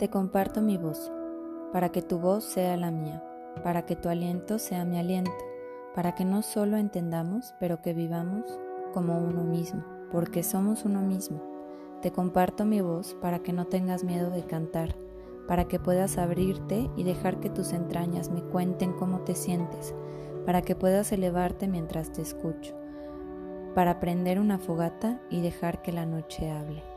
Te comparto mi voz, para que tu voz sea la mía, para que tu aliento sea mi aliento, para que no solo entendamos, pero que vivamos como uno mismo, porque somos uno mismo. Te comparto mi voz para que no tengas miedo de cantar, para que puedas abrirte y dejar que tus entrañas me cuenten cómo te sientes, para que puedas elevarte mientras te escucho, para prender una fogata y dejar que la noche hable.